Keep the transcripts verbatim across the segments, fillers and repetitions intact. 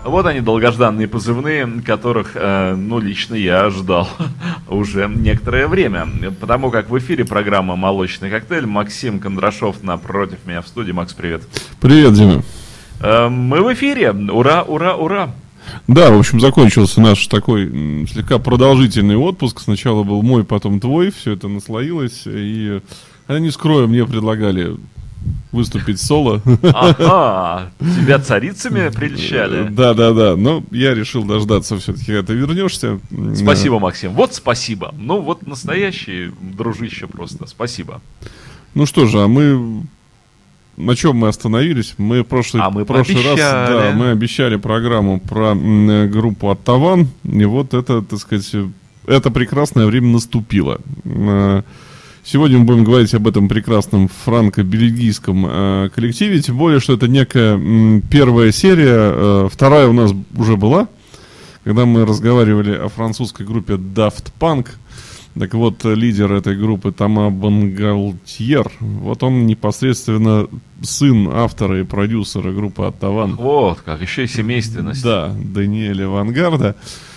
Вот они, долгожданные позывные, которых, э, ну, лично я ждал уже некоторое время. Потому как в эфире программа «Молочный коктейль». Максим Кондрашов напротив меня в студии. Макс, привет. Привет, Дима. Э, мы в эфире. Ура, ура, ура. Да, в общем, закончился наш такой м, слегка продолжительный отпуск. Сначала был мой, потом твой. Все это наслоилось. И, я не скрою, мне предлагали выступить соло. Ага, тебя царицами прельщали. Да, да, да. Но я решил дождаться все-таки, когда ты вернешься. Спасибо, Максим. Вот спасибо. Ну, вот настоящий дружище просто. Спасибо. Ну что же, а мы... На чем мы остановились? Мы в прошлый, а мы прошлый раз да, мы обещали программу про м, группу Оттаван. И вот это, так сказать, это прекрасное время наступило. Сегодня мы будем говорить об этом прекрасном франко-бельгийском э, коллективе. Тем более, что это некая м, первая серия. Э, вторая у нас уже была, когда мы разговаривали о французской группе Daft Punk. Так вот, лидер этой группы Тома Бангалтьер, вот он непосредственно сын автора и продюсера группы Оттаван. Вот, как еще и семейственность. Да, Даниэля Вангарда.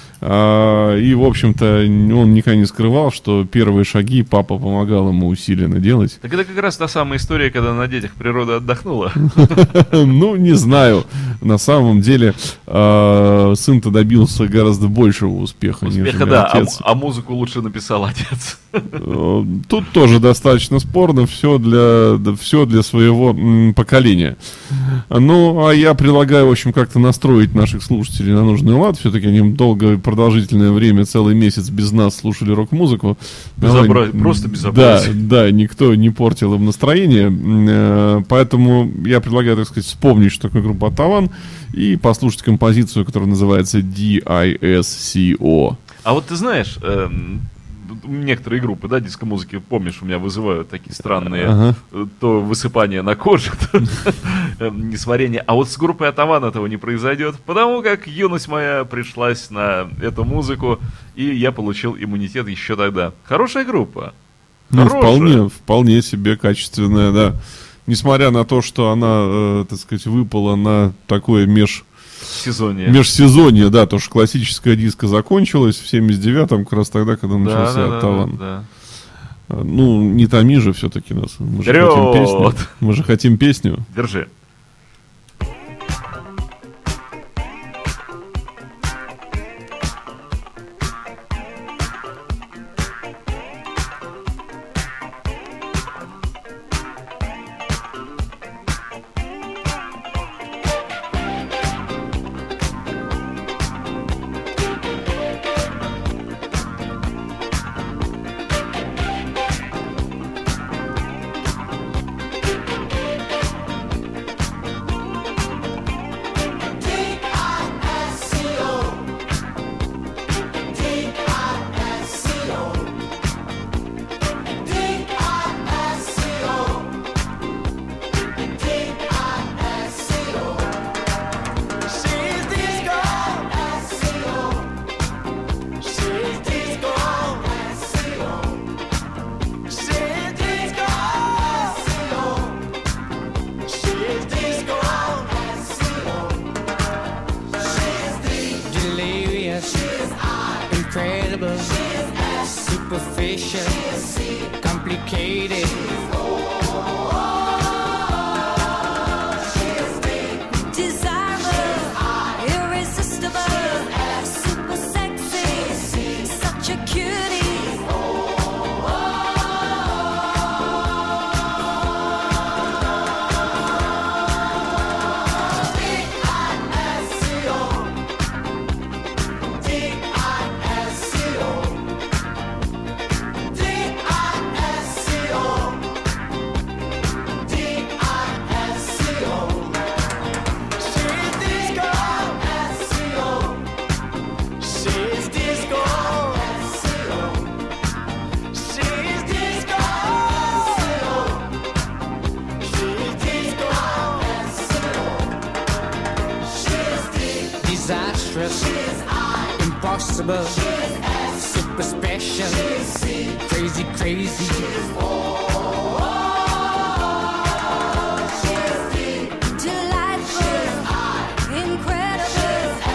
А, и, в общем-то, он никогда не скрывал, что первые шаги папа помогал ему усиленно делать. Так это как раз та самая история, когда на детях природа отдохнула. Ну, не знаю. На самом деле, сын-то добился гораздо большего успеха, Успеха, да, а музыку лучше написал отец. Тут тоже достаточно спорно, все для, все для своего м, поколения. Ну, а я предлагаю, в общем, как-то настроить наших слушателей на нужный лад. Все-таки они долгое и продолжительное время, целый месяц без нас слушали рок-музыку. Безобразие, Давай, просто безобразие. Да, да, никто не портил им настроение. Поэтому я предлагаю, так сказать, вспомнить, что такое группа Оттаван, и послушать композицию, которая называется ди ай эс си о. А вот ты знаешь... Эм... Некоторые группы, да, диско-музыки, помнишь, у меня вызывают такие странные ага. то высыпания на коже, то несварение. А вот с группой Оттаван этого не произойдет, потому как юность моя пришлась на эту музыку, и я получил иммунитет еще тогда. Хорошая группа. Ну, вполне, вполне себе качественная, да. Несмотря на то, что она, э, так сказать, выпала на такое меж... Сезонье. Межсезонье, да, то что классическая диско закончилась в семьдесят девятом, как раз тогда, когда начался да, да, Оттаван. Да, да. Ну, не томи же все-таки нас. Мы же хотим песню. Мы же хотим песню. Держи. Impossible, super special, crazy, crazy. Delightful, incredible,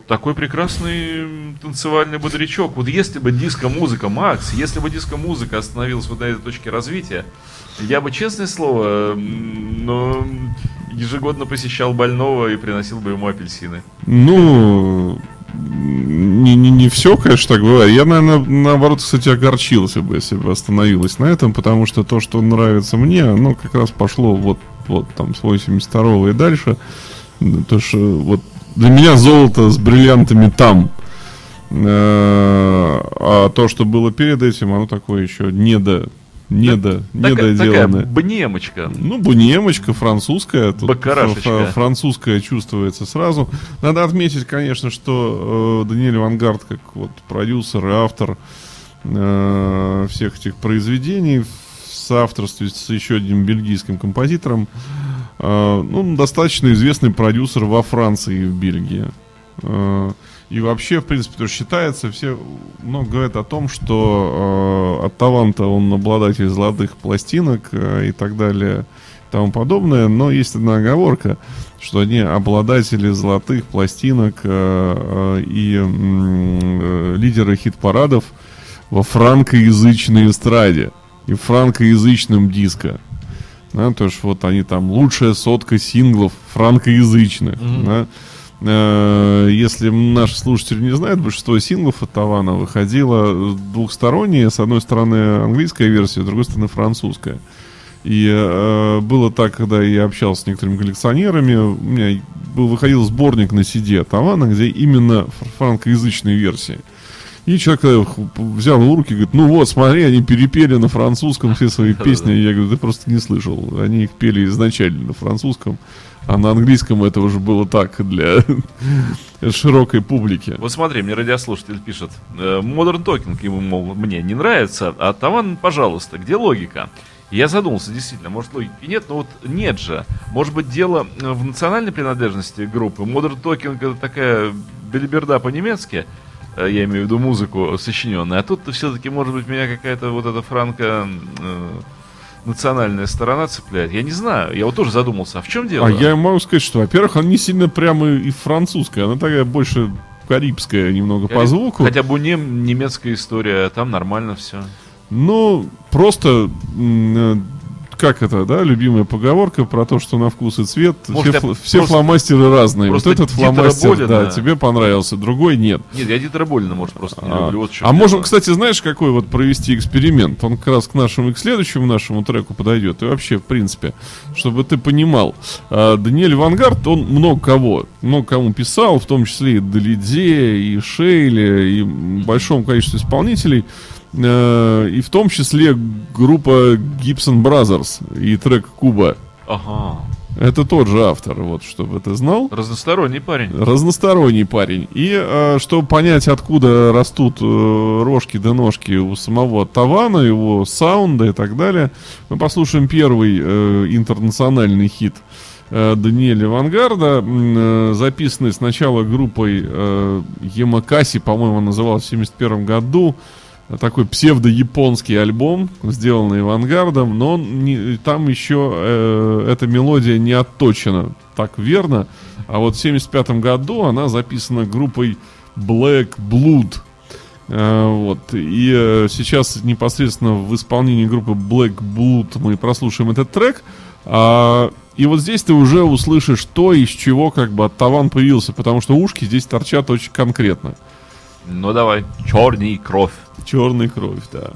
такой прекрасный танцевальный бодрячок. Вот если бы диско-музыка, Макс, если бы диско-музыка остановилась вот на этой точке развития, я бы, честное слово, но ежегодно посещал больного и приносил бы ему апельсины. Ну, не, не, не все, конечно, так бывает. Я, наверное, наоборот, кстати, огорчился бы, если бы остановилась на этом, потому что то, что нравится мне, оно как раз пошло вот, вот там с восемьдесят второго и дальше. То, что вот для меня золото с бриллиантами там. А то, что было перед этим, оно такое еще недо, недо, так, недоделанное. Такая бнемочка. Ну, бнемочка французская. Бакарашечка. Французская чувствуется сразу. Надо отметить, конечно, что э, Даниэль Вангард, как вот продюсер и автор э, всех этих произведений, в соавторстве с еще одним бельгийским композитором, э, ну, достаточно известный продюсер во Франции и в Бельгии. Э, И вообще, в принципе, тоже считается, все много говорят о том, что э, от таланта он обладатель золотых пластинок э, и так далее, и тому подобное. Но есть одна оговорка, что они обладатели золотых пластинок э, э, и э, лидеры хит-парадов во франкоязычной эстраде и франкоязычном диско. Да, то есть вот они там лучшая сотка синглов франкоязычных, mm-hmm. да. Если наши слушатели не знают, большинство синглов от Тавана выходило двухсторонние. С одной стороны английская версия, с другой стороны французская. И э, было так, когда я общался с некоторыми коллекционерами, у меня был, выходил сборник на си ди от Тавана, где именно франкоязычные версии. И человек взял в руки и говорит: ну вот, смотри, они перепели на французском все свои песни. Я говорю: ты просто не слышал. Они их пели изначально на французском. А на английском это уже было так для широкой публики. Вот смотри, мне радиослушатель пишет: Modern Talking ему, мол, мне не нравится, а Таван, пожалуйста, где логика? Я задумался, действительно, может, логики нет, но вот нет же. Может быть, дело в национальной принадлежности группы. Modern Talking — это такая белиберда по-немецки, я имею в виду музыку сочиненную, а тут все-таки, может быть, меня какая-то вот эта франко... национальная сторона цепляет. Я не знаю. Я вот тоже задумался, а в чем дело? А я могу сказать, что, во-первых, она не сильно прямо и французская. Она такая больше карибская немного Кариб... по звуку. Хотя бы не немецкая история, а там нормально все. Ну, просто... Как это, да, любимая поговорка про то, что на вкус и цвет Может, все, фл- все фломастеры разные. Вот этот фломастер, Болина, да, тебе понравился, другой нет. Нет, я Дитера Болина, может, просто не а, люблю. Вот а можем, кстати, знаешь, какой вот провести эксперимент? Он как раз к нашему и к следующему нашему треку подойдет. И вообще, в принципе, чтобы ты понимал, Даниэль Вангард, он много кого, много кому писал, в том числе и Далидзе, и Шейле, и большому количеству исполнителей. И в том числе группа Gibson Brothers и трек Куба. Ага. Это тот же автор, вот, чтобы ты знал. Разносторонний парень. Разносторонний парень. И э, чтобы понять, откуда растут э, рожки да ножки у самого Тавана, его саунда и так далее, мы послушаем первый э, интернациональный хит э, Даниэля Вангарда, э, записанный сначала группой э, Ямакаси, по-моему, он назывался в семьдесят первом году. Такой псевдо-японский альбом, сделанный Вангардом, но он не, там еще э, эта мелодия не отточена так верно. А вот в семьдесят пятом году она записана группой Black Blood. Э, вот. И э, сейчас непосредственно в исполнении группы Black Blood мы прослушаем этот трек. А, и вот здесь ты уже услышишь то, из чего как бы Таван появился, потому что ушки здесь торчат очень конкретно. Ну давай, черный кровь. Черный кровь, да.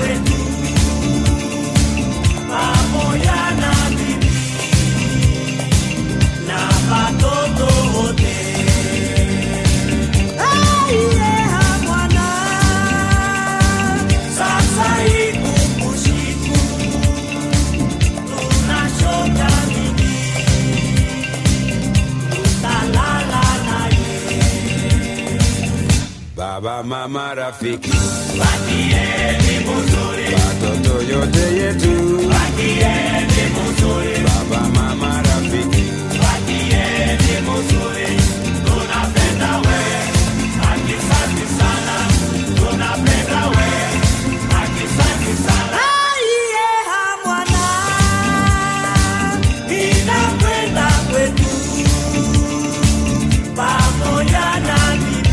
Apoyar a vivir. Baba mama rafiki wakieni muzuri, watoto yote yetu wakieni muzuri, baba mama rafiki wakieni muzuri, tunapenda we, akisanti sana, tunapenda we, akisanti sana. Aiye hamwana inakwenda kwetu pamoja na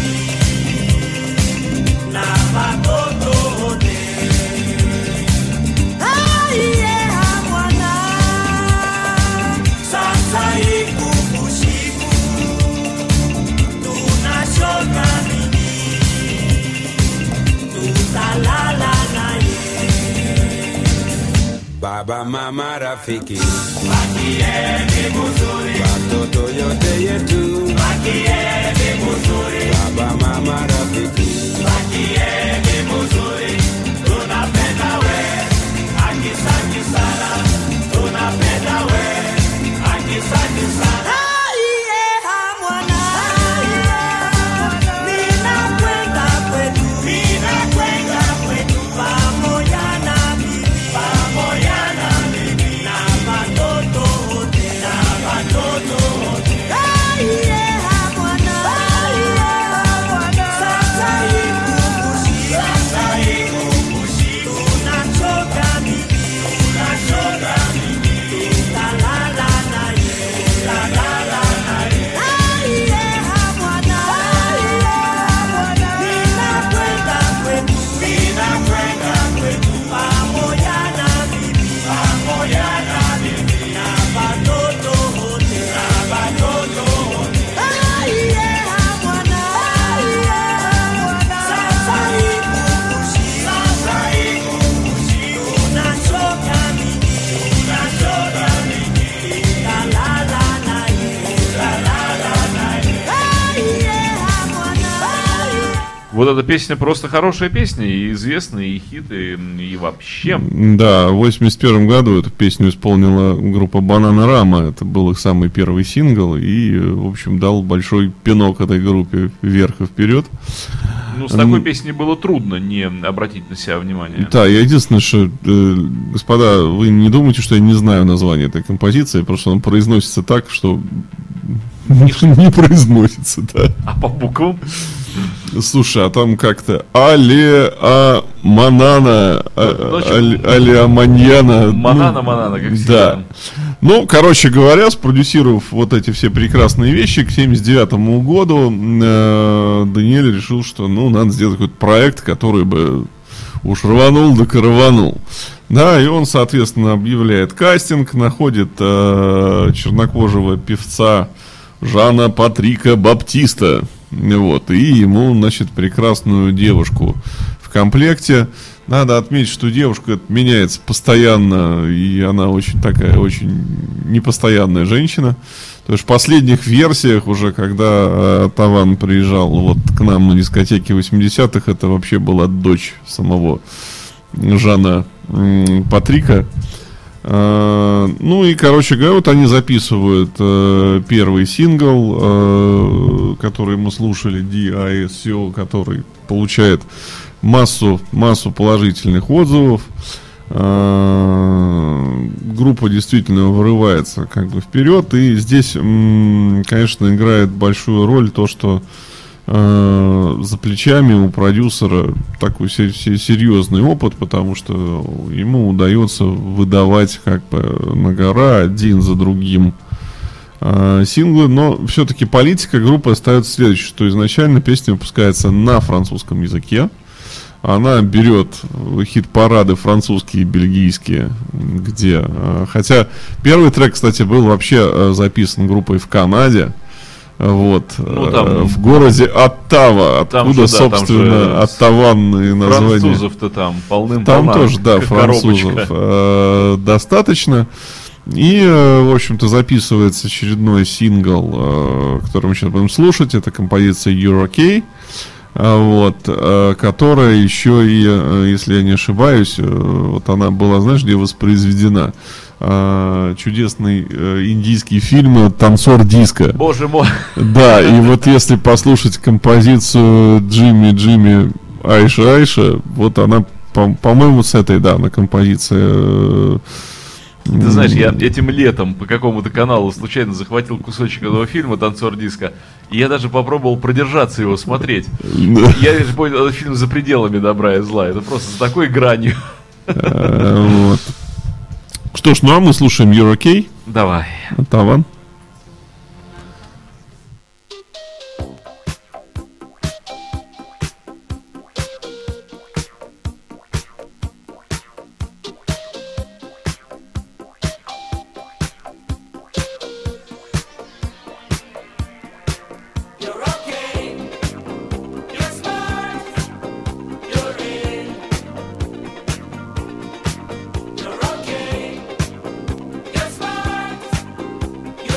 baba mama rafiki wakieni muzuri, watoto yote yetu wakieni muzuri, baba mama rafiki wakieni muzuri, tunapenda we, akisanti sana, tunapenda we, akisanti sana. Aiye hamwana ninakwenda kwetu, ninakwenda kwetu pamoja na pamoja na mimi na watoto wote, na watoto wote. Aiye hamwana, aiye hamwana. Sasa ikukushi, sasa ikukushi. Tunachoka mimi, tunachoka mimi. Tutalala naye, tutalala naye. Aiye hamwana, aiye hamwana. Ninakwenda kwetu, ninakwenda kwetu pamoja na mimi, pamoja na mimi na watoto wote, na watoto wote. Aiye hamwana, aiye hamwana. Sasa ikukushi, sasa ikukushi. Tunachoka mimi, tunachoka mimi. Tutalala naye, tutalala naye. Aiye hamwana, aiye. Вот эта песня просто хорошая песня, и известная, и хит, и, и вообще. Да, в восемьдесят первом году эту песню исполнила группа Бананарама. Это был их самый первый сингл. И, в общем, дал большой пинок этой группе вверх и вперед. Ну, с такой песней было трудно не обратить на себя внимание. Да, я единственное, что, э, господа, вы не думайте, что я не знаю название этой композиции, просто она произносится так, что не произносится, да. А по буквам? Слушай, а там как-то Але а Манана, Але а Маньяна. Манана, Манана, как всегда. Да. Ну, короче говоря, спродюсировав вот эти все прекрасные вещи, к семьдесят девятому году э, Даниэль решил, что, ну, надо сделать какой-то проект, который бы уж рванул да рванул. Да, и он, соответственно, объявляет кастинг, находит э, чернокожего певца Жана Патрика Баптиста. Вот, и ему, значит, прекрасную девушку в комплекте. Надо отметить, что девушка меняется постоянно, и она очень такая, очень непостоянная женщина. То есть в последних версиях уже, когда э, Таван приезжал вот к нам на дискотеке восьмидесятых, это вообще была дочь самого Жана э, Патрика. Uh, ну и, короче говоря, вот они записывают uh, первый сингл, uh, который мы слушали, ди ай эс о, который получает массу, массу положительных отзывов. Uh, группа действительно вырывается как бы вперед, и здесь, м- конечно, играет большую роль то, что Uh, за плечами у продюсера такой серьезный опыт, потому что ему удается выдавать как бы на гора один за другим uh, синглы, но все-таки политика группы остается следующей, что изначально песня выпускается на французском языке. Она берет хит-парады французские и бельгийские, где, uh, хотя первый трек, кстати, был вообще uh, записан группой в Канаде. Вот, ну, там, в городе Оттава, откуда, же, да, собственно, оттаванные названия. Французов-то там полным-полно. Там тоже, да, французов э, достаточно. И, э, в общем-то, записывается очередной сингл, э, который мы сейчас будем слушать. Это композиция You're OK. вот, э, которая еще и, э, если я не ошибаюсь, э, вот она была, знаешь, где воспроизведена. Э, чудесный э, индийский фильм «Танцор диско». Боже мой. Да, и вот если послушать композицию Джимми Джимми Айша Айша, вот она, по- по-моему, с этой, да, на композиции. э, Ты знаешь, я этим летом по какому-то каналу случайно захватил кусочек этого фильма «Танцор диско», и я даже попробовал продержаться его смотреть. Я же понял, этот фильм за пределами добра и зла. Это просто с такой гранью. э, вот. Что ж, ну а мы слушаем You're Okay, Давай. Таван. You're okay. You're smart. You're in. You're okay. You're smart. You're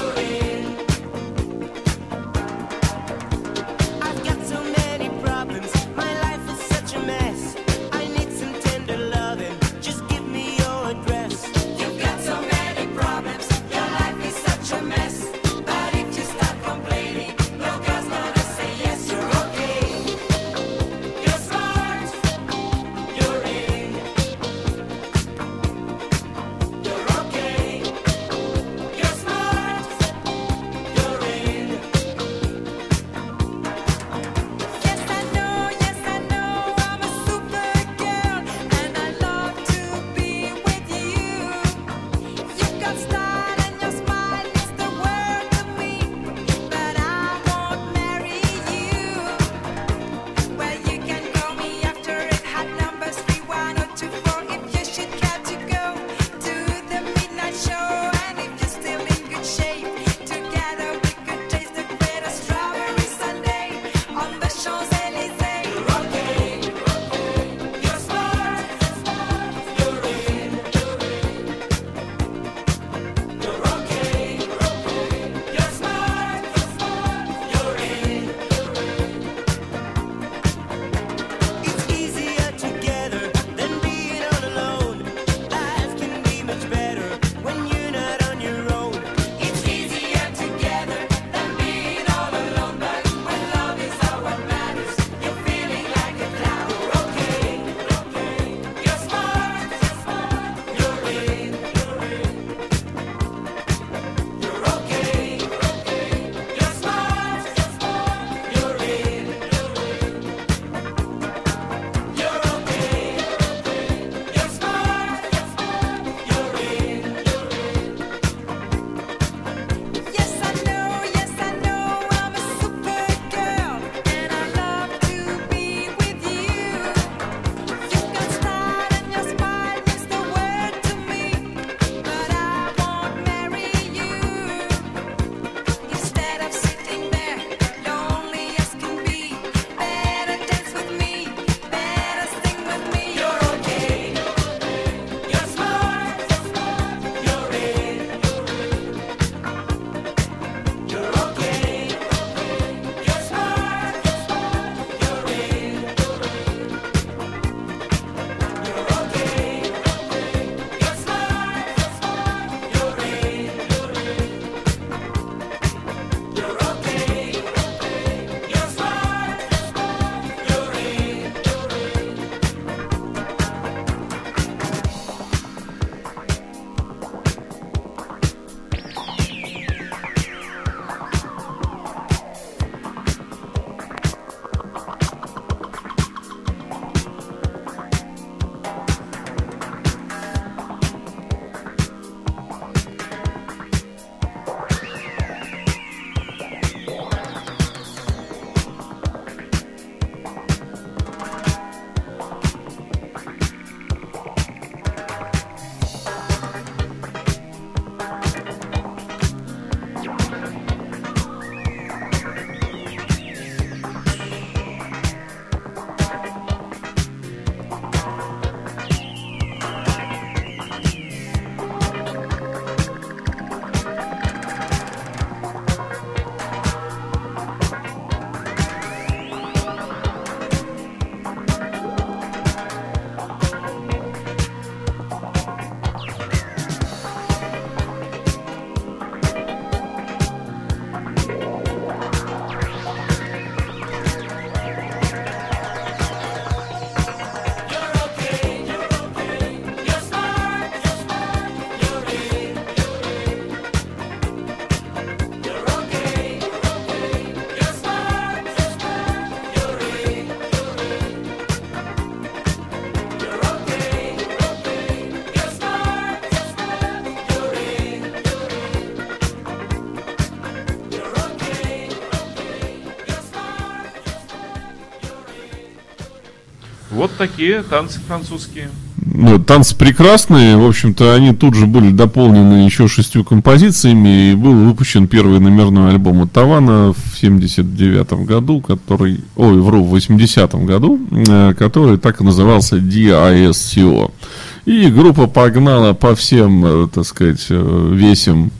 Вот такие танцы французские. Ну, танцы прекрасные, в общем-то, они тут же были дополнены еще шестью композициями, и был выпущен первый номерной альбом от Тавана в семьдесят девятом году, который, ой, вру, в восьмидесятом году, э, который так и назывался ди ай эс си о. И группа погнала по всем, э, так сказать, э, весям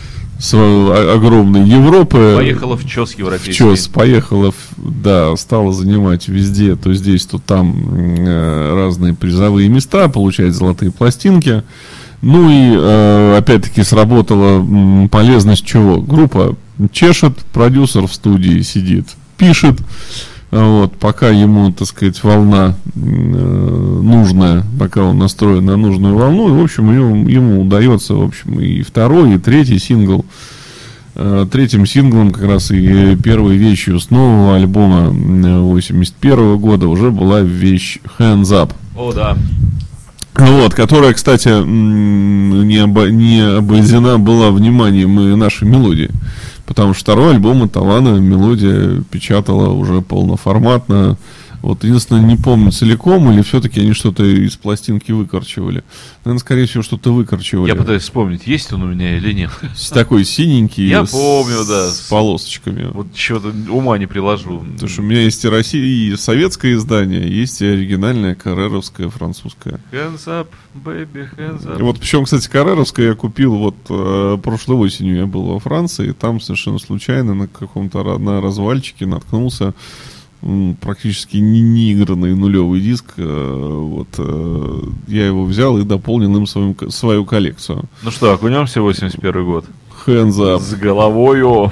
своей огромной Европы. Поехала в ЧОС европейский. В ЧОС поехала, в, да, стала занимать везде, то здесь, то там э, разные призовые места, получать золотые пластинки. Ну и э, опять-таки сработала м, полезность чего? Группа чешет, продюсер в студии сидит, пишет. Вот, пока ему, так сказать, волна э, нужная, пока он настроен на нужную волну, и, в общем, ему, ему удается, в общем, и второй, и третий сингл. Э, третьим синглом, как раз и первой вещью с нового альбома восемьдесят первого года уже была вещь Hands Up. О, да. Вот, которая, кстати, не, обо, не обойдена была вниманием и нашей мелодии. Потому что второй альбом от Тавана мелодия печатала уже полноформатно. Вот, единственное, не помню целиком, или все-таки они что-то из пластинки выкорчевали. Наверное, скорее всего, что-то выкорчевали. Я пытаюсь вспомнить, есть он у меня или нет. Такой синенький. Я с, помню, да. С полосочками. Вот чего-то ума не приложу. Потому что у меня есть и, Россия, и советское издание, есть и оригинальное карреровское, французское. Hands up, baby, hands up. И вот, причем, кстати, карреровское я купил вот э, прошлой осенью. Я был во Франции, и там совершенно случайно на каком-то на развальчике наткнулся. Практически не, не игранный нулевый диск. Вот, я его взял и дополнил им свою, свою коллекцию. Ну что, окунемся в восемьдесят первый год? Hands up. С головою.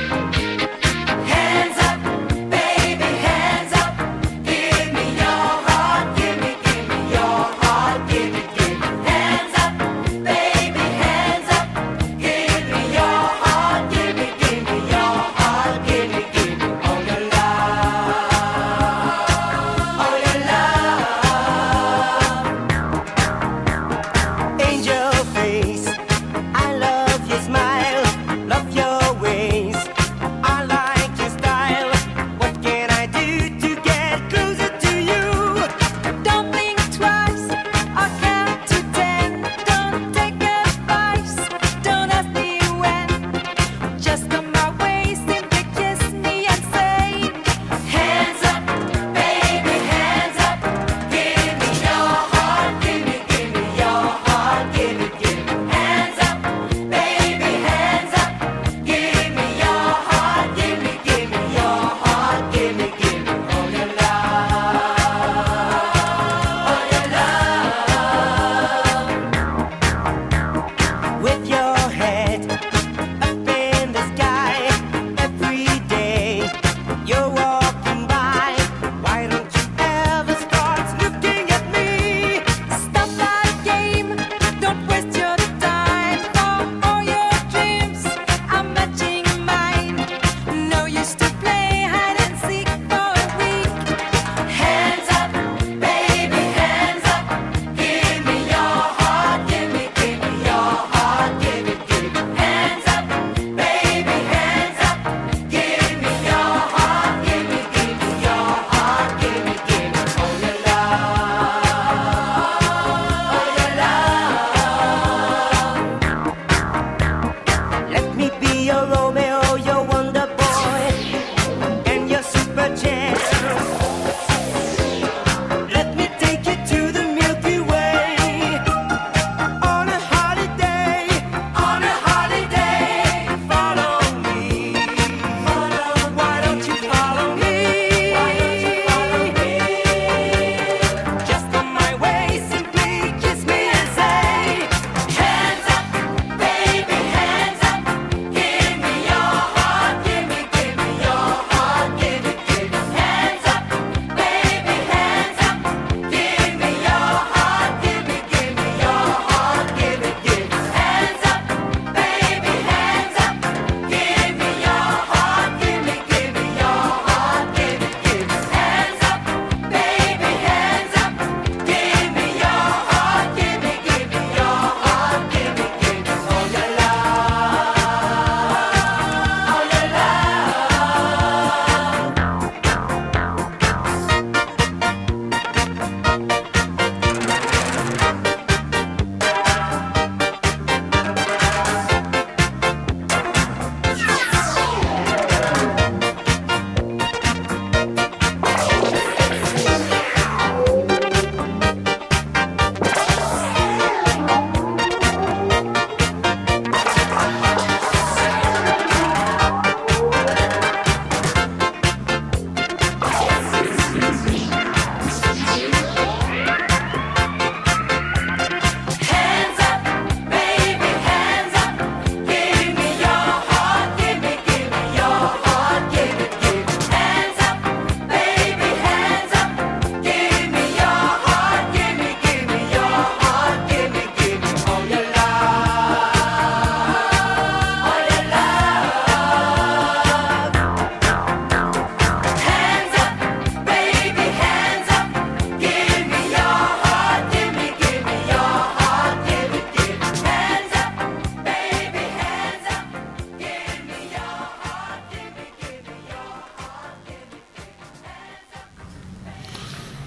Hands up, baby, hands up. Give me your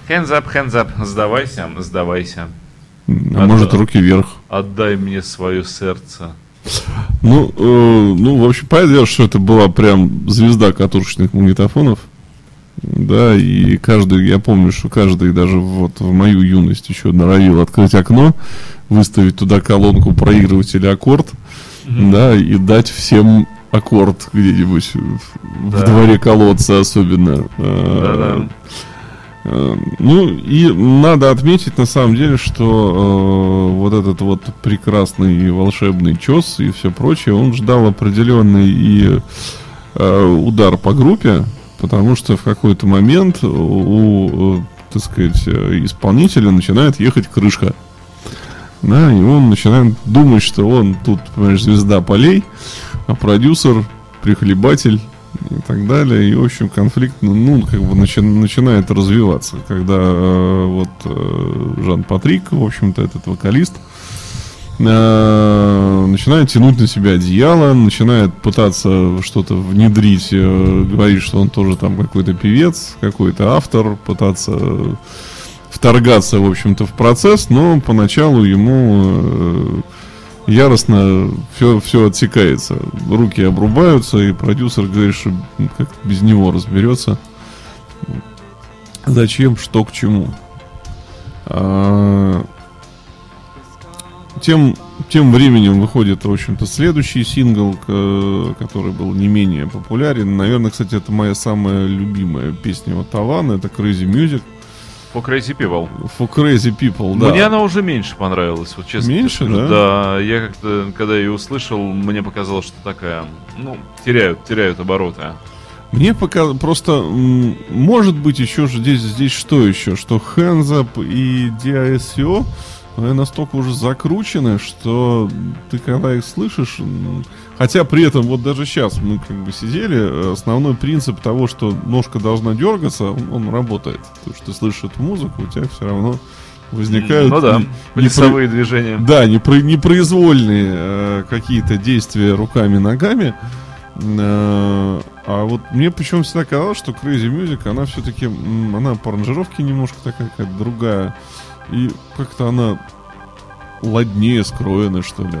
Hands up, hands up. Сдавайся, сдавайся. А Отда- может, руки вверх. Отдай мне свое сердце. Ну, э, ну, в общем, понятно, что это была прям звезда катушечных магнитофонов. Да, и каждый, я помню, что каждый даже вот в мою юность еще норовил открыть окно, выставить туда колонку проигрывателя аккорд, mm-hmm. да, и дать всем аккорд где-нибудь в, да. в дворе колодца особенно. Да-да. Ну, и надо отметить, на самом деле, что э, вот этот вот прекрасный волшебный чес и все прочее, он ждал определенный и э, удар по группе, потому что в какой-то момент у, так сказать, исполнителя начинает ехать крышка. Да, и он начинает думать, что он тут, понимаешь, звезда полей, а продюсер, прихлебатель и так далее. И, в общем, конфликт, ну, как бы начи- начинает развиваться, когда э, вот э, Жан-Патрик, в общем-то, этот вокалист, э, начинает тянуть на себя одеяло, начинает пытаться что-то внедрить, э, говорить, что он тоже там какой-то певец, какой-то автор, пытаться вторгаться, в общем-то, в процесс, но поначалу ему э, яростно все, все отсекается. Руки обрубаются, и продюсер говорит, что как без него разберется. Зачем, что к чему. А, тем, тем временем выходит, в общем-то, следующий сингл, к, который был не менее популярен. Наверное, кстати, это моя самая любимая песня от Тавана. Это Crazy Music. For Crazy People. For Crazy People, да. Мне она уже меньше понравилась, вот честно. Меньше, да? Да, я как-то, когда ее услышал, мне показалось, что такая, ну, теряют, теряют обороты. Мне пока просто, м, может быть, еще же здесь, здесь что еще? Что Hands Up и ди ай эс си о настолько уже закручены, что ты когда их слышишь, м, хотя при этом вот даже сейчас мы как бы сидели, основной принцип того, что ножка должна дергаться, он, он работает. Потому что ты слышишь эту музыку, у тебя все равно возникают... Ну да, не- плясовые движения. Да, непро- непроизвольные э, какие-то действия руками, ногами. Э, а вот мне почему всегда казалось, что Crazy Music, она все-таки, м, она по аранжировке немножко такая какая-то другая. И как-то она ладнее скроена, что ли.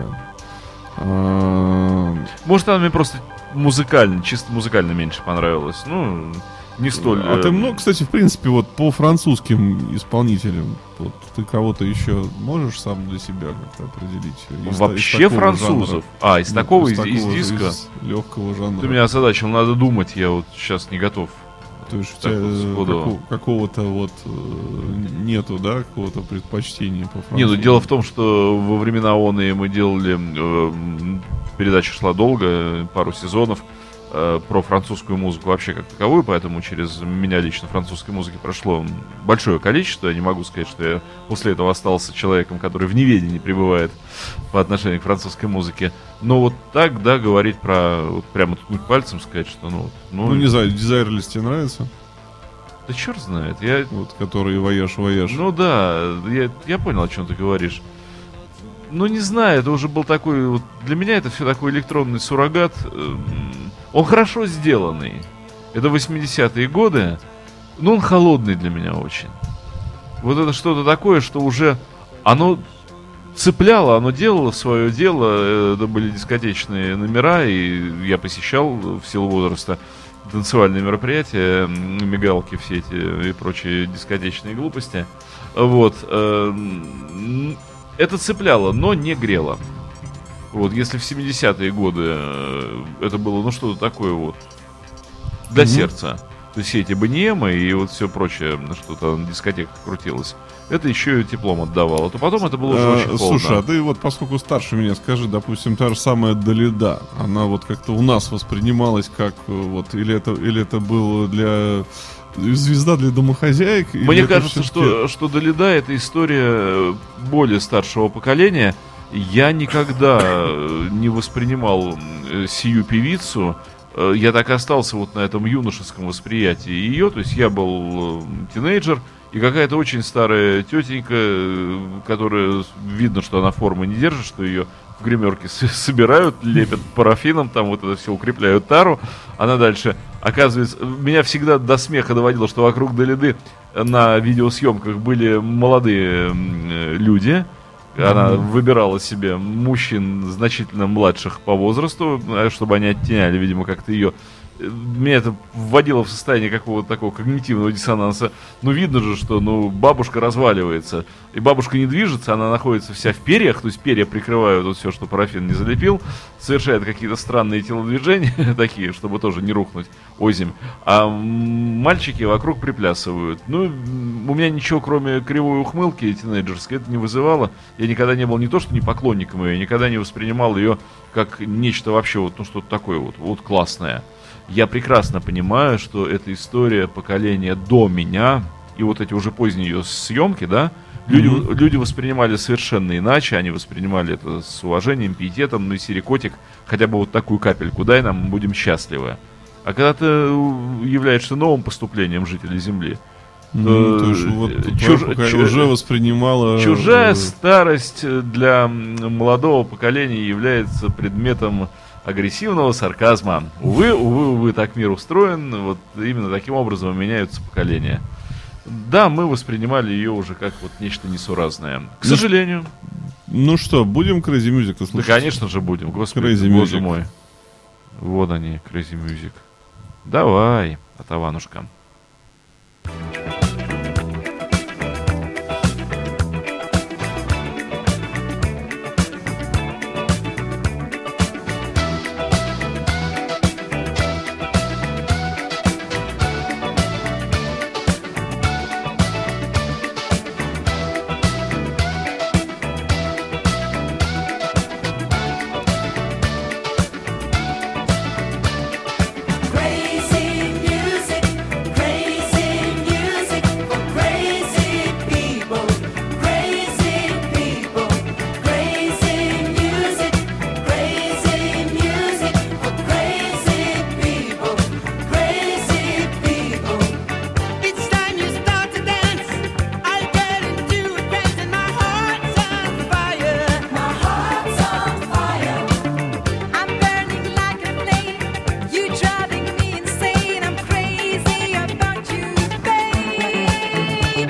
А, Может, она мне просто музыкально, чисто музыкально меньше понравилась. Ну, не столь... а ты э, много, кстати, в принципе, вот по французским исполнителям, вот ты кого-то еще можешь сам для себя как-то определить? Из- Вообще из такого французов? жанра? А, из Ну, такого, из, из такого же, диска? из легкого жанра. Ты меня озадачил, надо думать, я вот сейчас не готов. То есть у так тебя вот э, сходу. како- какого-то вот э, нету, да, какого-то предпочтения по французу? Не, ну дело в том, что во времена ООН мы делали, э, м, передача шла долго, пару сезонов, э, про французскую музыку вообще как таковую, поэтому через меня лично французской музыки прошло большое количество. Я не могу сказать, что я после этого остался человеком, который в неведении пребывает по отношению к французской музыке. Но вот так, да, говорить про, вот прямо ткнуть пальцем, сказать, что ну... Ну, не знаю, Desireless тебе нравится? Да черт знает, я... Вот, который вояж-вояж. Ну да, я, я понял, о чем ты говоришь. Ну не знаю, это уже был такой... Вот для меня это все такой электронный суррогат. Эм, Он хорошо сделанный. Это восьмидесятые годы. Но он холодный для меня очень. Вот это что-то такое, что уже... Оно цепляло, оно делало свое дело. Это были дискотечные номера, и я посещал в силу возраста танцевальные мероприятия, мигалки все эти и прочие дискотечные глупости. Вот. эм, Это цепляло, но не грело. Вот, если в семидесятые годы э, это было, ну, что-то такое вот для Мгм. сердца. То есть все эти бонемы и вот все прочее, что-то на дискотеках крутилось. Это еще и теплом отдавало. То потом это было уже А, очень холодно. слушай, а ты вот, поскольку старше меня, скажи, допустим, та же самая Далида, она вот как-то у нас воспринималась как э, вот, или это, или это было для звезда для домохозяек? или Мне это кажется, всё-таки- что, что Далида — это история более старшего поколения. Я никогда э, не воспринимал э, сию певицу. Э, Я так и остался вот на этом юношеском восприятии ее. То есть я был э, тинейджер, и какая-то очень старая тетенька, э, которая, видно, что она формы не держит, что ее в гримерке с- собирают, лепят парафином, там вот это все укрепляют тару. Она дальше, оказывается, меня всегда до смеха доводило, что вокруг Далиды на видеосъемках были молодые м, э, люди. Она выбирала себе мужчин значительно младших по возрасту, э, чтобы они оттеняли, видимо, как-то ее. Меня это вводило в состояние какого-то такого когнитивного диссонанса. Ну, видно же, что ну, бабушка разваливается. И бабушка не движется, она находится вся в перьях, то есть перья прикрывают вот все, что парафин не залепил, совершает какие-то странные телодвижения, такие, чтобы тоже не рухнуть озимь. А мальчики вокруг приплясывают. Ну, у меня ничего, кроме кривой ухмылки тинейджерской, это не вызывало. Я никогда не был не то, что не поклонником ее, я никогда не воспринимал ее как нечто вообще, вот, ну, что-то такое вот, вот классное. Я прекрасно понимаю, что это история поколения до меня, и вот эти уже поздние ее съемки, да, люди, mm-hmm. люди воспринимали совершенно иначе, они воспринимали это с уважением, пиететом, ну и серии котик, хотя бы вот такую капельку дай нам, мы будем счастливы. А когда ты являешься новым поступлением жителей Земли, Mm, то есть вот чуж... чуж... уже воспринимала... Чужая старость для молодого поколения является предметом агрессивного сарказма. Увы, увы, увы, так мир устроен. Вот именно таким образом меняются поколения. Да, мы воспринимали ее уже как вот нечто несуразное. К ну, сожалению. Ну что, будем Crazy Music слушать? Да, конечно же, будем. Господи, Crazy боже Music. мой. Вот они, Crazy Music. Давай, Атаванушка. Crazy music, crazy music for crazy people, crazy people, crazy music, crazy music for crazy people, crazy people. Each time you start to dance, I get into a trance and my heart's on fire. My heart's on fire. I'm burning like a flame. You driving me insane. I'm crazy about you, baby.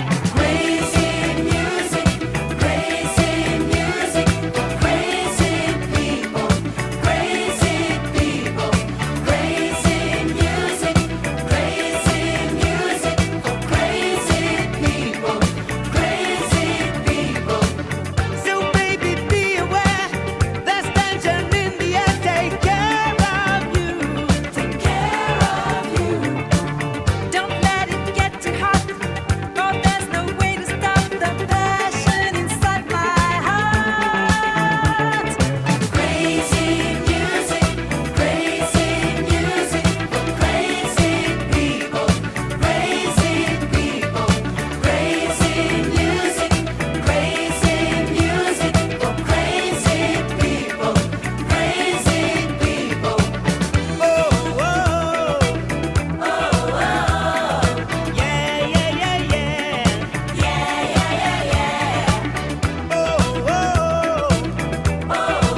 Crazy music, crazy music for crazy people, crazy people, crazy music, crazy music for crazy people, crazy people. So baby, be aware, there's tension in the air. Take care of you, take care of you. Don't let it get too hot, for there's no way to stop the passion inside my heart. Crazy music, crazy music for crazy people, crazy people, crazy music, crazy music for crazy people, crazy people. Oh, oh, oh, oh, yeah, yeah, yeah, yeah, yeah, yeah, yeah, yeah. Oh, oh, oh,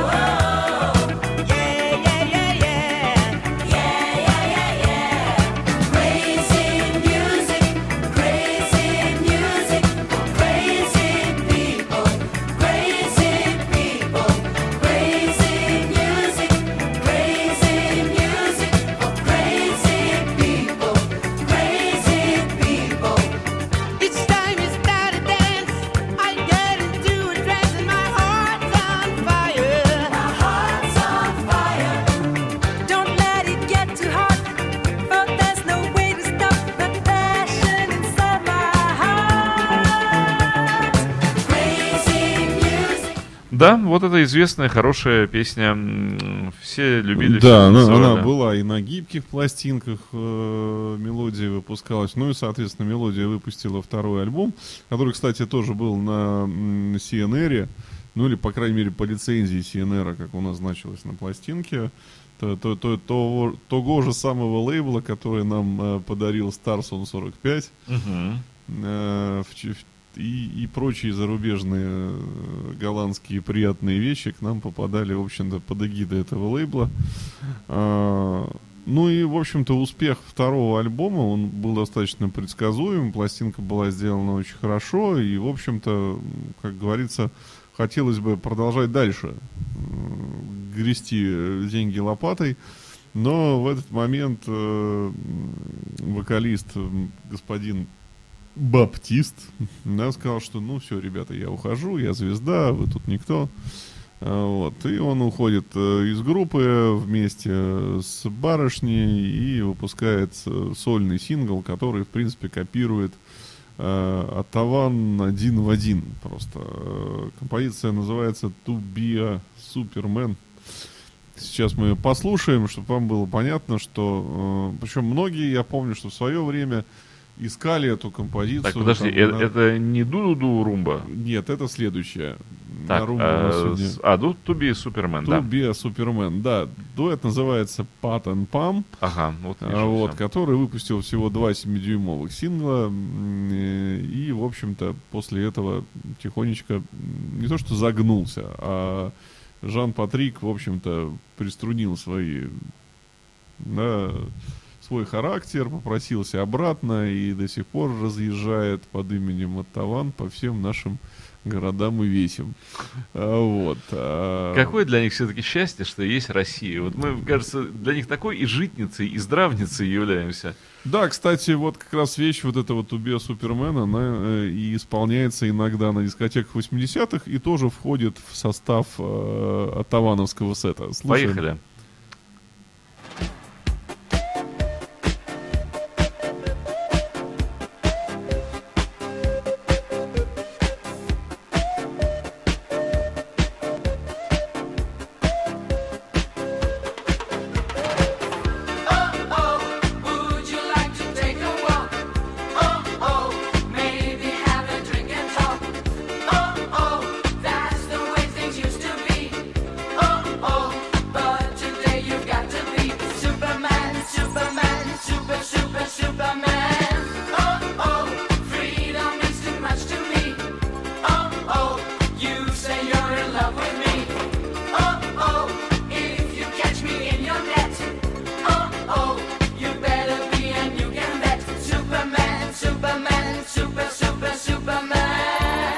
oh, yeah, yeah, yeah, yeah, yeah, yeah, yeah, yeah. Crazy music, crazy music for crazy people, crazy people, crazy music, crazy music for crazy people, crazy people. Each time you start to dance, I get into a trance and my heart's on fire. My heart's on fire. Don't let it get too hot, for there's no way to stop the passion inside my heart. Crazy music. Да, вот это известная, хорошая песня. М, Все любили. все Да, она, танцевали. она была и на гибких пластинках, э, мелодия выпускалась. Ну и, соответственно, мелодия выпустила второй альбом, который, кстати, тоже был на м, си эн эр, ну или, по крайней мере, по лицензии си эн эр, как у нас значилось на пластинке. То, то, то, того, того же самого лейбла, который нам э, подарил Старсон сорок пять. Мгм. Э, в, ч- в и, и прочие зарубежные э, голландские приятные вещи к нам попадали, в общем-то, под эгидой этого лейбла. А, ну и, в общем-то, успех второго альбома, он был достаточно предсказуем, пластинка была сделана очень хорошо, и, в общем-то, как говорится, хотелось бы продолжать дальше э, грести деньги лопатой. Но в этот момент э, вокалист э, господин Баптист, да, сказал, что ну все, ребята, я ухожу, я звезда, вы тут никто. А, вот. И он уходит э, из группы вместе с барышней и выпускает э, сольный сингл, который, в принципе, копирует э, Оттаван один в один. Просто э, композиция называется «To be a Superman». Сейчас мы ее послушаем, чтобы вам было понятно, что... Э, причем многие, я помню, что в свое время искали эту композицию. Так, подожди, там, это, на... это не Ду-Ду-Ду Румба? Нет, это следующая. Так, на Румбу а, мы сегодня... с- а, Ду To Be Superman, To да? be a Superman, да. Дуэт называется Pat and Pam, Ага, вот вижу, а, вот, всё. который выпустил всего два семидюймовых сингла. м, э, И, в общем-то, после этого тихонечко м, не то что загнулся, а Жан-Патрик, в общем-то, приструнил свои, да, свой характер, попросился обратно и до сих пор разъезжает под именем Оттаван по всем нашим городам и весям. А, вот. а, Какое для них все-таки счастье, что есть Россия. Вот мы, кажется, для них такой и житницей, и здравницей являемся. Да, кстати, вот как раз вещь вот этого «To be a Superman», она э, и исполняется иногда на дискотеках восьмидесятых и тоже входит в состав э, оттавановского сета. Слушаем. Поехали. Would you like to take a walk? Oh, oh, maybe have a drink and talk. Oh, oh, that's the way things used to be. Oh, oh, but today you've got to be Superman, Superman, Super, Super, Superman. Oh, oh, freedom means too much to me. Oh, oh, you say you're in love with me. Oh, oh, if you catch me in your net. Oh, oh, you better be and you can bet. Superman, Superman, Super, Super, Superman.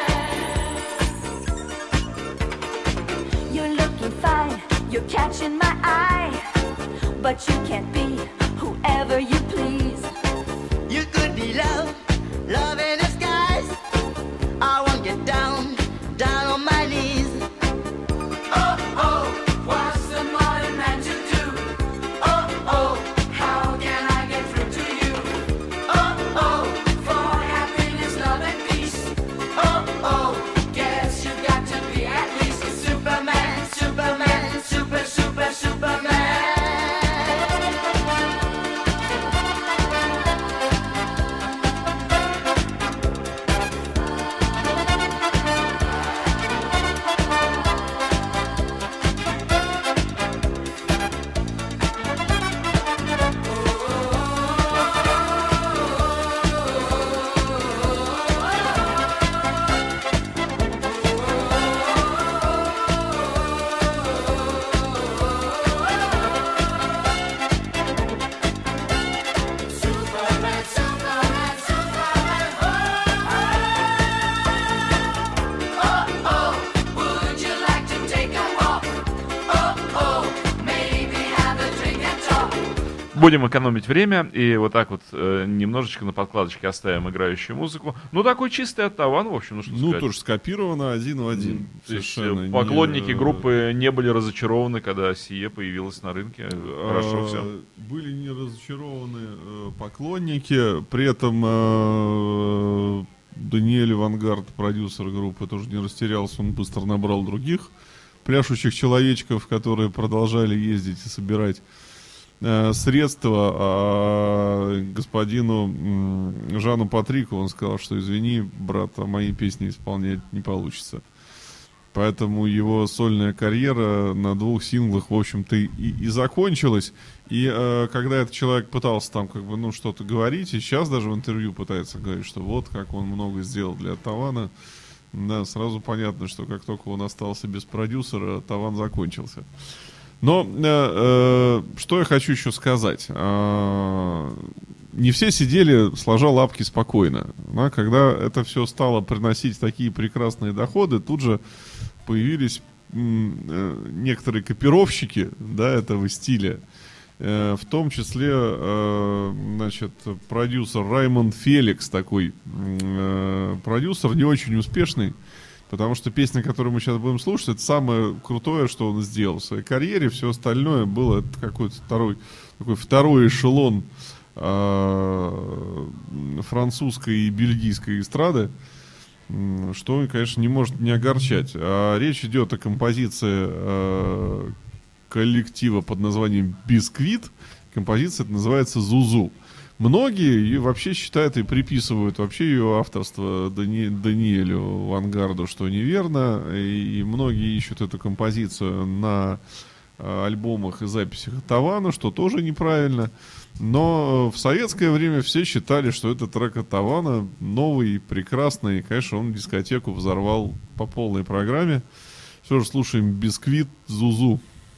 You're looking fine, you're catching my eye, but you can't be whoever you please. You could be love, love in disguise. I won't get down, down on my knees. Oh, oh, what's the modern man to do? Oh, oh, how can I get through to you? Oh, oh, for happiness, love and peace. Oh, oh, guess you got to be at least Superman, Superman, Super, Super, Superman. Superman, Superman, Superman, oh, oh, would you like to take a walk? Oh, oh, maybe have a drink and talk. Будем экономить время и вот так вот э, немножечко на подкладочке оставим играющую музыку. Ну, такой чистый Оттаван, в общем, ну что Ну, сказать. тоже скопировано один в один. То есть, Совершенно э, не, поклонники э, группы не были разочарованы, когда Сие появилась на рынке. Хорошо э, все. Были не разочарованы э, поклонники. При этом э, Даниэль Вангард, продюсер группы, тоже не растерялся. Он быстро набрал других пляшущих человечков, которые продолжали ездить и собирать э, средства. А господину м, Жану Патрику он сказал, что извини, брат, а мои песни исполнять не получится. Поэтому его сольная карьера на двух синглах, в общем-то, и, и закончилась. И э, когда этот человек пытался там как бы, ну, что-то говорить, и сейчас даже в интервью пытается говорить, что вот как он много сделал для Тавана, да, сразу понятно, что как только он остался без продюсера, Таван закончился. Но э, э, что я хочу еще сказать. Э, не все сидели сложа лапки спокойно. Да, когда это все стало приносить такие прекрасные доходы, тут же появились м, э, некоторые копировщики, да, этого стиля. Э, в том числе э, значит, продюсер Раймонд Феликс, такой э, продюсер, не очень успешный. Потому что песня, которую мы сейчас будем слушать, это самое крутое, что он сделал в своей карьере. Все остальное было это какой-то второй, такой второй эшелон э, французской и бельгийской эстрады, что, конечно, не может не огорчать. А речь идет о композиции э, коллектива под названием «Бисквит». Композиция эта называется «Зузу». Многие и вообще считают и приписывают вообще ее авторство Дани... Даниэлю Вангарду, что неверно. И, и многие ищут эту композицию на а, альбомах и записях Тавана, что тоже неправильно. Но в советское время все считали, что это трек от Тавана новый, прекрасный. И, конечно, он дискотеку взорвал по полной программе. Все же слушаем «Бисквит», «Зузу».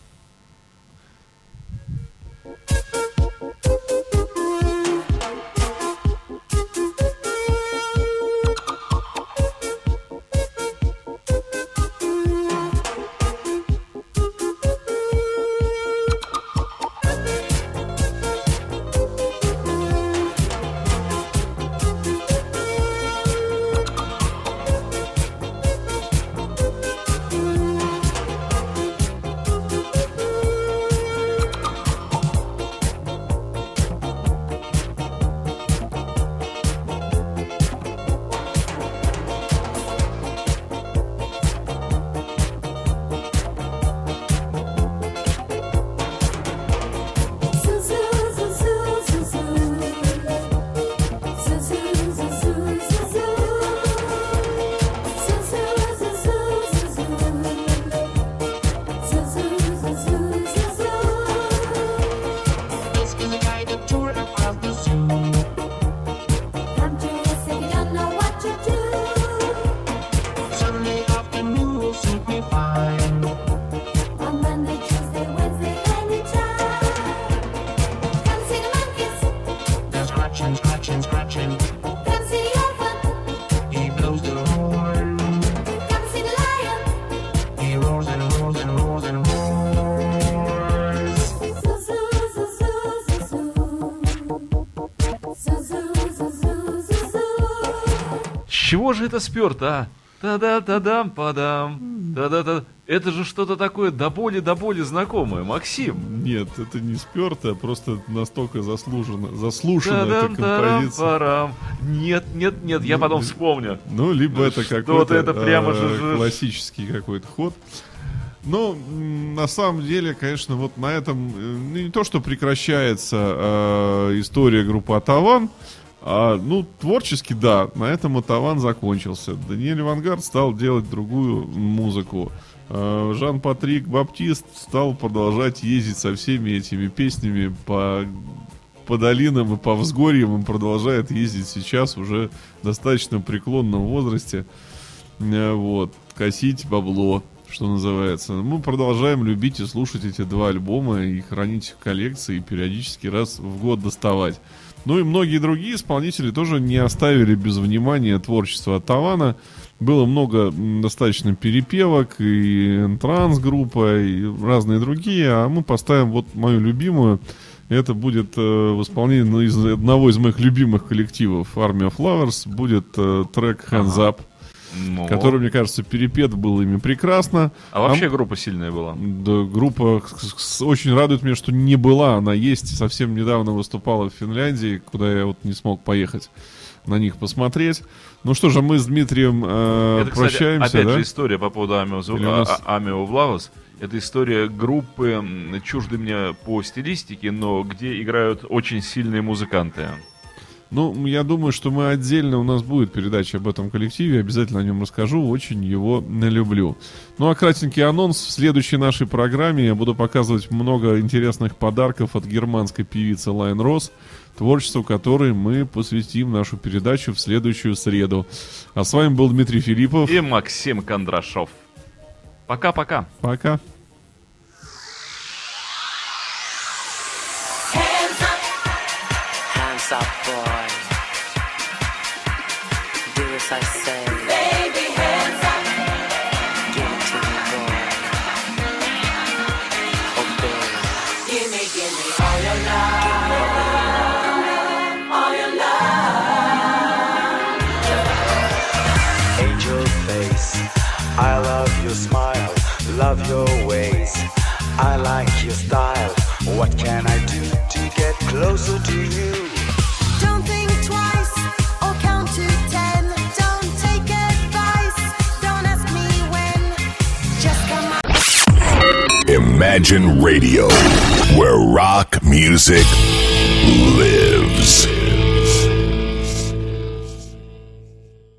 Чего же это спер-то, а? Та-да-та-дам-падам, та-да-та. Это же что-то такое до боли, до боли знакомое, Максим. Нет, это не спёрто, просто настолько заслуженно, заслушана эта композиция. Нет, нет, нет, я потом вспомню. Ну, либо это какой-то это прямо же э, классический какой-то ход. Но на самом деле, конечно, вот на этом э, не то, что прекращается э, история группы Таван. А, ну, творчески, да, на этом Таван закончился. Даниэль Вангард стал делать другую музыку. А, Жан-Патрик Баптист стал продолжать ездить со всеми этими песнями по, по долинам и по взгорьям. Он продолжает ездить сейчас уже в достаточно преклонном возрасте. А, вот, косить бабло, что называется. Мы продолжаем любить и слушать эти два альбома и хранить их в коллекции, и периодически раз в год доставать. Ну и многие другие исполнители тоже не оставили без внимания творчество Тавана. Было много достаточно перепевок, и транс-группа, и разные другие. А мы поставим вот мою любимую. Это будет э, в исполнении из одного из моих любимых коллективов Army of Lovers. Будет э, трек Hands Up. Но... который, мне кажется, перепет был ими прекрасно. А вообще а... группа сильная была? Да, группа очень радует меня, что не была. Она есть, совсем недавно выступала в Финляндии, куда я вот не смог поехать на них посмотреть. Ну что же, мы с Дмитрием э, Это, кстати, прощаемся. Опять да? же история по поводу Army of Lovers. Это история группы, чужды мне по стилистике, но где играют очень сильные музыканты. Ну, я думаю, что мы отдельно, у нас будет передача об этом коллективе, обязательно о нем расскажу, очень его люблю. Ну, а кратенький анонс: в следующей нашей программе я буду показывать много интересных подарков от германской певицы Лайн Росс, творчеству которой мы посвятим нашу передачу в следующую среду. А с вами был Дмитрий Филиппов и Максим Кондрашов. Пока-пока. Пока. Hands up, boy. Do as I say. Baby, hands up. Give it to me, boy. Obey. Give me, give me all your love. All your love. Angel face, I love your smile, love your ways, I like your style. What can I do to get closer to you? Don't think twice or count to ten. Don't take advice, don't ask me when. Just come on. Imagine Radio, where rock music lives.